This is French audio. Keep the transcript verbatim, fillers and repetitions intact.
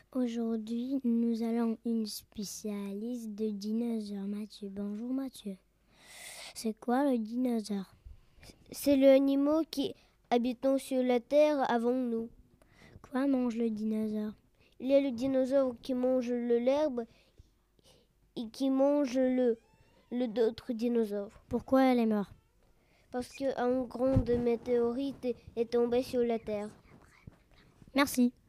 Aujourd'hui, nous allons une spécialiste de dinosaures. Mathieu, bonjour Mathieu. C'est quoi le dinosaure? C'est l'animal qui habitant sur la terre avant nous. Quoi mange le dinosaure? Il y a le dinosaure qui mange le l'herbe et qui mange le, le d'autres dinosaures. Pourquoi elle est morte? Parce qu'un grand météorite est tombé sur la terre. Merci.